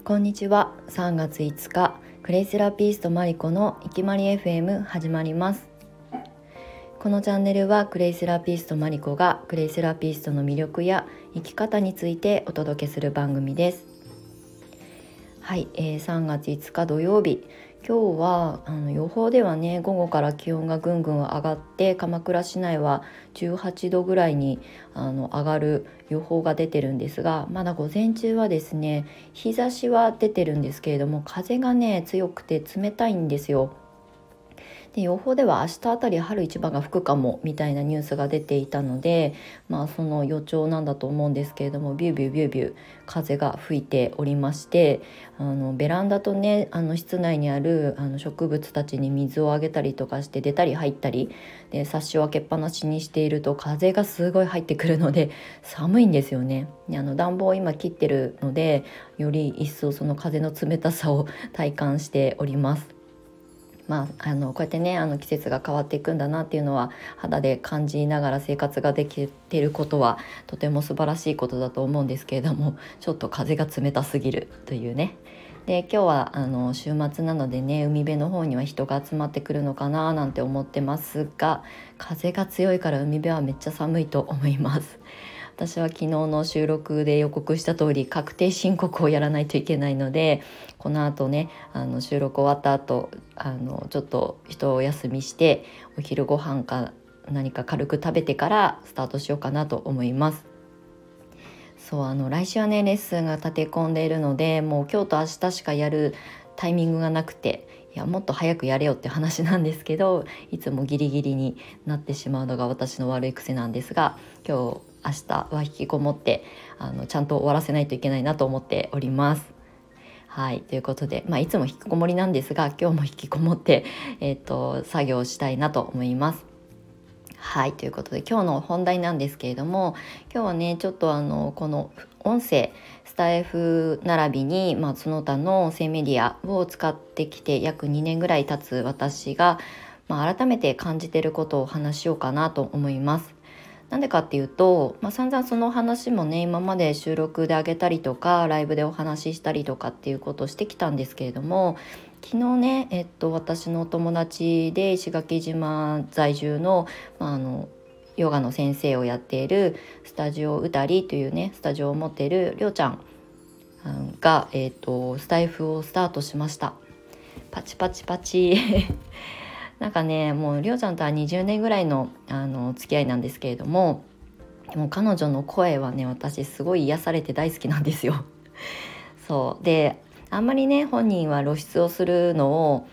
こんにちは。3月5日クレイセラピストマリコのいきまり FM 始まります。このチャンネルはクレイセラピストマリコがクレイセラピストの魅力や生き方についてお届けする番組です。はい、3月5日土曜日、今日は予報ではね、午後から気温がぐんぐん上がって鎌倉市内は18度ぐらいに上がる予報が出てるんですが、まだ午前中はですね、日差しは出てるんですけれども、風がね強くて冷たいんですよ。で、予報では明日あたり春一番が吹くかもみたいなニュースが出ていたので、その予兆なんだと思うんですけれども、ビュービュービュービュー風が吹いておりまして、ベランダとね、室内にある植物たちに水をあげたりとかして出たり入ったりで、サッシを開けっぱなしにしていると風がすごい入ってくるので寒いんですよね。で、暖房を今切ってるので、より一層その風の冷たさを体感しております。こうやってね、季節が変わっていくんだなっていうのは肌で感じながら生活ができていることはとても素晴らしいことだと思うんですけれども、ちょっと風が冷たすぎるというね。で、今日は週末なのでね、海辺の方には人が集まってくるのかななんて思ってますが、風が強いから海辺はめっちゃ寒いと思います。私は昨日の収録で予告した通り確定申告をやらないといけないので、この後ね、収録終わった後ちょっと一休みして、お昼ご飯か何か軽く食べてからスタートしようかなと思います。そう、来週はねレッスンが立て込んでいるので、もう今日と明日しかやるタイミングがなくて、いやもっと早くやれよって話なんですけど、いつもギリギリになってしまうのが私の悪い癖なんですが、今日明日は引きこもってちゃんと終わらせないといけないなと思っております。はい、ということで、いつも引きこもりなんですが、今日も引きこもって、作業したいなと思います。はい、ということで今日の本題なんですけれども、今日はねちょっとこの音声スタイフ並びに、その他の音声メディアを使ってきて約2年ぐらい経つ私が、改めて感じていることをお話しようかなと思います。なんでかっていうと、散々その話もね、今まで収録であげたりとかライブでお話ししたりとかっていうことをしてきたんですけれども、昨日ね、私のお友達で石垣島在住の、ヨガの先生をやっているスタジオうたりというねスタジオを持っているりょうちゃんが、スタイフをスタートしました。パチパチパチなんかね、もうりょうちゃんとは20年ぐらいの付き合いなんですけれども、でも彼女の声はね、私すごい癒されて大好きなんですよ。そうで、あんまりね本人は露出をするのを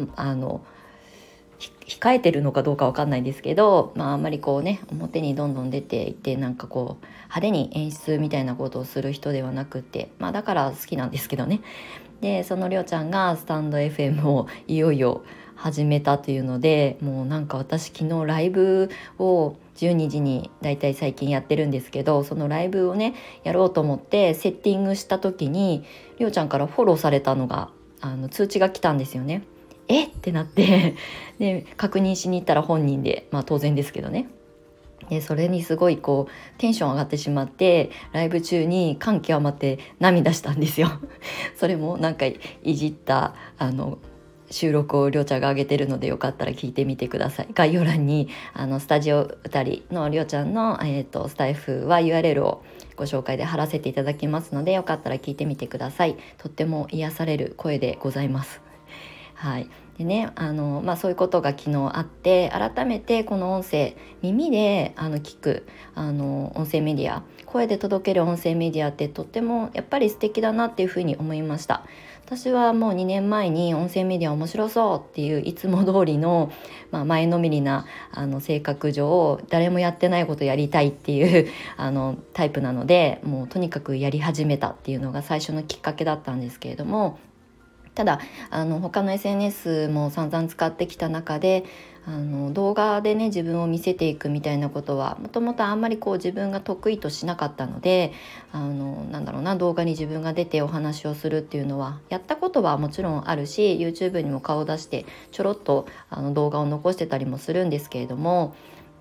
控えてるのかどうかわかんないですけど、あんまりこうね表にどんどん出ていってなんかこう派手に演出みたいなことをする人ではなくて、だから好きなんですけどね。で、そのりょうちゃんがスタンド FM をいよいよ始めたというので、もうなんか私昨日ライブを12時にだいたい最近やってるんですけど、そのライブをねやろうと思ってセッティングした時にりょうちゃんからフォローされたのが通知が来たんですよね。ってなってで確認しに行ったら本人で、当然ですけどね。でそれにすごいこうテンション上がってしまって、ライブ中に感極まって涙したんですよ。それもなんかいじった収録をりょうちゃんが上げてるので、よかったら聞いてみてください。概要欄にスタジオうたりのりょうちゃんの、スタイフは URL をご紹介で貼らせていただきますので、よかったら聞いてみてください。とっても癒される声でございます。はい。でね、そういうことが昨日あって、改めてこの音声耳で聞く音声メディア、声で届ける音声メディアってとってもやっぱり素敵だなっていうふうに思いました。私はもう2年前に音声メディア面白そうっていういつも通りの、前のめりな性格上誰もやってないことやりたいっていうタイプなので、もうとにかくやり始めたっていうのが最初のきっかけだったんですけれども、ただ他の SNS も散々使ってきた中で動画でね自分を見せていくみたいなことはもともとあんまりこう自分が得意としなかったので、動画に自分が出てお話をするっていうのはやったことはもちろんあるし、 YouTube にも顔を出してちょろっと動画を残してたりもするんですけれども、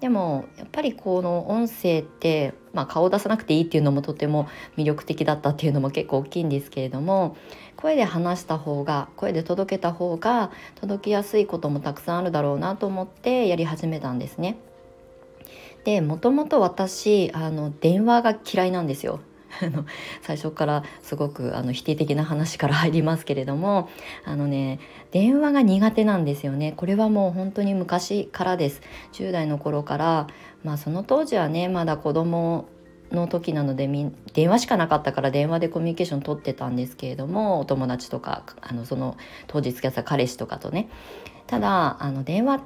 でもやっぱりこの音声って、顔を出さなくていいっていうのもとても魅力的だったっていうのも結構大きいんですけれども、声で話した方が、声で届けた方が届きやすいこともたくさんあるだろうなと思ってやり始めたんですね。で、もともと私電話が嫌いなんですよ。最初からすごく否定的な話から入りますけれども、電話が苦手なんですよね。これはもう本当に昔からです。10代の頃から、その当時はねまだ子供の時なので電話しかなかったから電話でコミュニケーション取ってたんですけれども、お友達とかその当時付き合ってた彼氏とかとね。ただ電話って、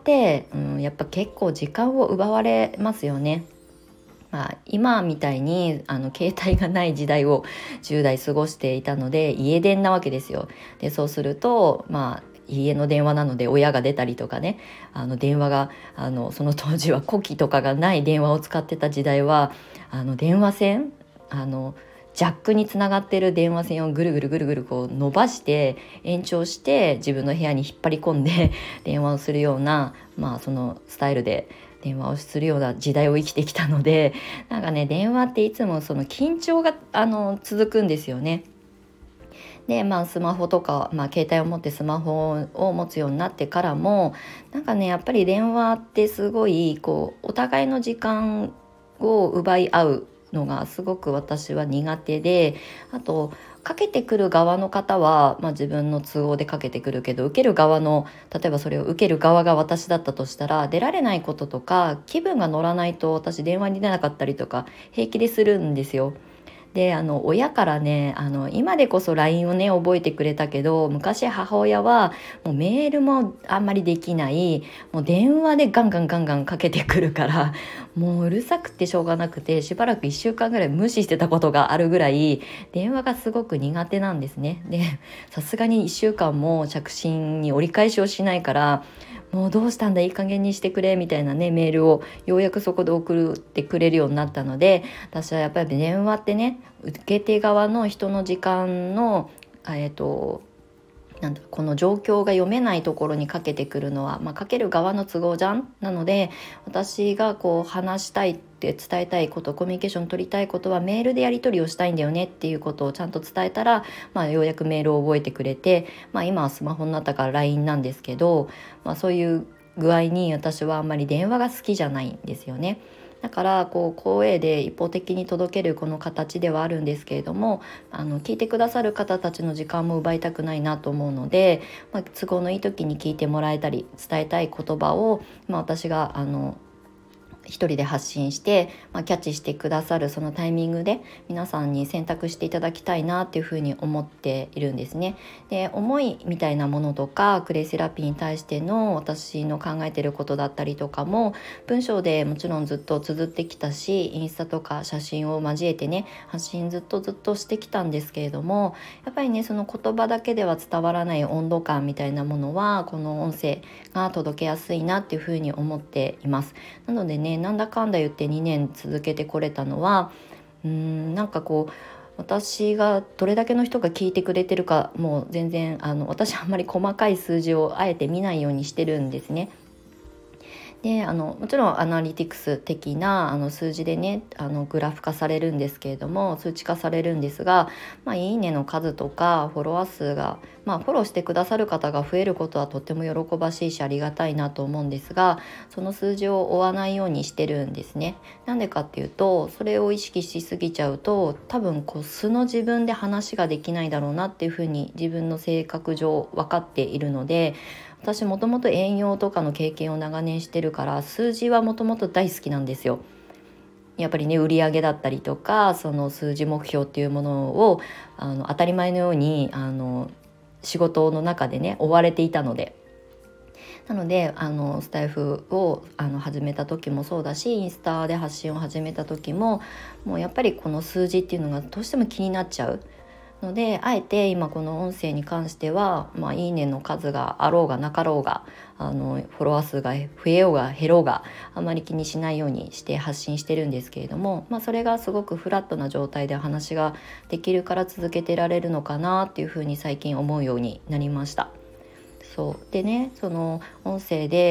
やっぱ結構時間を奪われますよね。今みたいに携帯がない時代を10代過ごしていたので、家電なわけですよ。でそうすると家の電話なので親が出たりとかね、電話がその当時は呼気とかがない電話を使ってた時代は電話線ジャックにつながってる電話線をぐるぐるぐるぐるこう伸ばして延長して自分の部屋に引っ張り込んで電話をするような、そのスタイルで電話をするような時代を生きてきたので、なんかね電話っていつもその緊張が続くんですよね。でスマホとか、携帯を持ってスマホを持つようになってからもなんかねやっぱり電話ってすごいこうお互いの時間を奪い合うのがすごく私は苦手で、あとかけてくる側の方は、自分の都合でかけてくるけど、受ける側の例えばそれを受ける側が私だったとしたら出られないこととか気分が乗らないと私電話に出なかったりとか平気でするんですよ。で親からね今でこそ LINE をね覚えてくれたけど、昔母親はもうメールもあんまりできない、もう電話でガンガンガンガンかけてくるからもううるさくてしょうがなくて、しばらく1週間ぐらい無視してたことがあるぐらい電話がすごく苦手なんですね。でさすがに1週間も着信に折り返しをしないから、もうどうしたんだいい加減にしてくれみたいなねメールをようやくそこで送ってくれるようになったので、私はやっぱり電話ってね受け手側の人の時間のこの状況が読めないところにかけてくるのは、かける側の都合じゃん。なので私がこう話したいって伝えたいこと、コミュニケーション取りたいことはメールでやり取りをしたいんだよねっていうことをちゃんと伝えたら、ようやくメールを覚えてくれて、今はスマホになったから LINE なんですけど、そういう具合に私はあんまり電話が好きじゃないんですよね。だからこう声で一方的に届けるこの形ではあるんですけれども、聞いてくださる方たちの時間も奪いたくないなと思うので、都合のいい時に聞いてもらえたり伝えたい言葉を、私が一人で発信して、キャッチしてくださるそのタイミングで皆さんに選択していただきたいなっていうふうに思っているんですね。で思いみたいなものとかクレイセラピーに対しての私の考えていることだったりとかも文章でもちろんずっと綴ってきたし、インスタとか写真を交えてね発信ずっとしてきたんですけれども、やっぱりねその言葉だけでは伝わらない温度感みたいなものはこの音声が届けやすいなっていうふうに思っています。なのでねなんだかんだ言って2年続けてこれたのは私がどれだけの人が聞いてくれてるかもう全然私あんまり細かい数字をあえて見ないようにしてるんですね。でもちろんアナリティクス的な数字でねグラフ化されるんですけれども、数値化されるんですが、いいねの数とかフォロワー数が、フォローしてくださる方が増えることはとっても喜ばしいしありがたいなと思うんですが、その数字を追わないようにしてるんですね。なんでかっていうと、それを意識しすぎちゃうと多分素の自分で話ができないだろうなっていうふうに自分の性格上分かっているので、私もともと営業とかの経験を長年してるから数字はもともと大好きなんですよ。やっぱりね売上だったりとかその数字目標っていうものを当たり前のように仕事の中でね追われていたので、なのでスタイフを始めた時もそうだし、インスタで発信を始めた時ももうやっぱりこの数字っていうのがどうしても気になっちゃうので、あえて今この音声に関しては、いいねの数があろうがなかろうがフォロワー数が増えようが減ろうがあまり気にしないようにして発信してるんですけれども、それがすごくフラットな状態で話ができるから続けてられるのかなっていうふうに最近思うようになりました。そうでね、その音声で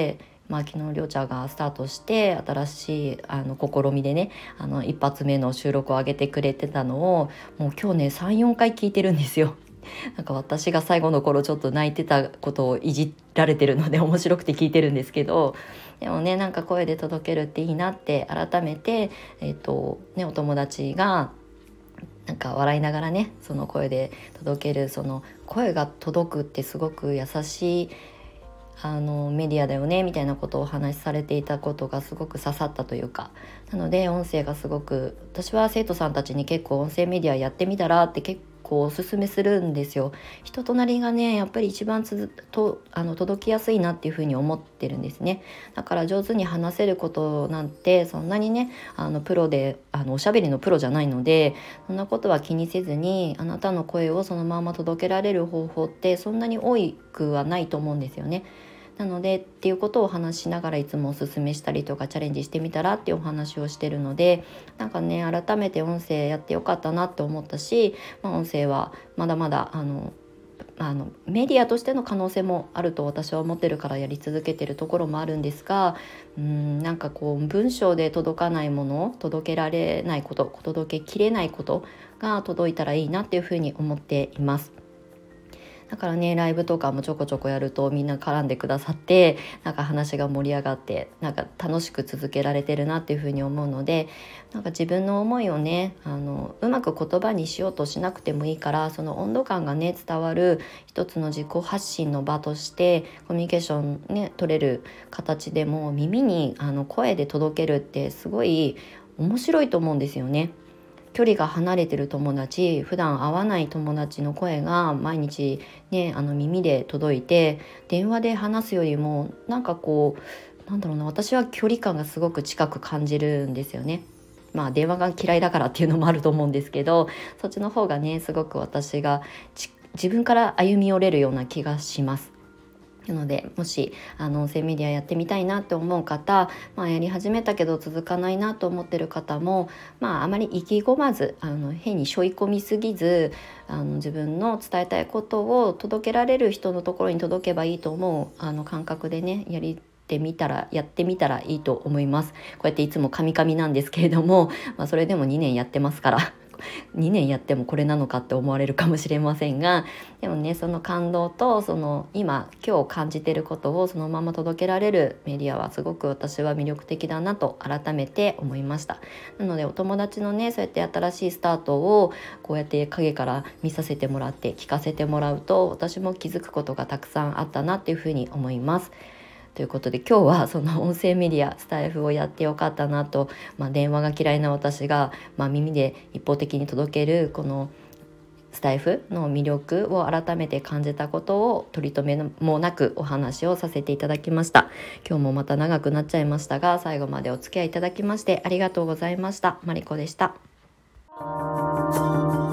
昨日りょうちゃんがスタートして新しい試みでね一発目の収録を上げてくれてたのをもう今日ね3、4回聞いてるんですよ。なんか私が最後の頃ちょっと泣いてたことをいじられてるので面白くて聞いてるんですけど、でもねなんか声で届けるっていいなって改めて、お友達がなんか笑いながらねその声で届ける、その声が届くってすごく優しいメディアだよねみたいなことをお話しされていたことがすごく刺さったというか、なので音声がすごく、私は生徒さんたちに結構音声メディアやってみたらって結構おすすめするんですよ。人となりがねやっぱり一番届きやすいなっていうふうに思ってるんですね。だから上手に話せることなんてそんなにねプロでおしゃべりのプロじゃないので、そんなことは気にせずにあなたの声をそのまま届けられる方法ってそんなに多くはないと思うんですよね。なのでっていうことをお話ししながらいつもおすすめしたりとかチャレンジしてみたらっていうお話をしてるので、なんかね改めて音声やってよかったなって思ったし、音声はまだまだメディアとしての可能性もあると私は思ってるからやり続けてるところもあるんですが、なんかこう文章で届かないもの、届けられないこと、届けきれないことが届いたらいいなっていうふうに思っています。だからねライブとかもちょこちょこやるとみんな絡んでくださって、なんか話が盛り上がってなんか楽しく続けられてるなっていうふうに思うので、なんか自分の思いをねうまく言葉にしようとしなくてもいいから、その温度感がね伝わる一つの自己発信の場としてコミュニケーションね取れる形でも耳に声で届けるってすごい面白いと思うんですよね。距離が離れてる友達、普段会わない友達の声が毎日ね耳で届いて、電話で話すよりもなんかこうなんだろうな、私は距離感がすごく近く感じるんですよね。電話が嫌いだからっていうのもあると思うんですけど、そっちの方がねすごく私が自分から歩み寄れるような気がします。なのでもし音声メディアやってみたいなって思う方、やり始めたけど続かないなと思ってる方も、あまり意気込まず変に背負い込みすぎず自分の伝えたいことを届けられる人のところに届けばいいと思う感覚でねやってみたらいいと思います。こうやっていつもカミカミなんですけれども、それでも2年やってますから2年やってもこれなのかって思われるかもしれませんが、でもねその感動とその今日感じていることをそのまま届けられるメディアはすごく私は魅力的だなと改めて思いました。なのでお友達のねそうやって新しいスタートをこうやって影から見させてもらって聞かせてもらうと、私も気づくことがたくさんあったなっていうふうに思います。ということで今日はその音声メディアスタイフをやってよかったなと、電話が嫌いな私が、耳で一方的に届けるこのスタイフの魅力を改めて感じたことを取り留めもなくお話をさせていただきました。今日もまた長くなっちゃいましたが、最後までお付き合いいただきましてありがとうございました。マリコでした。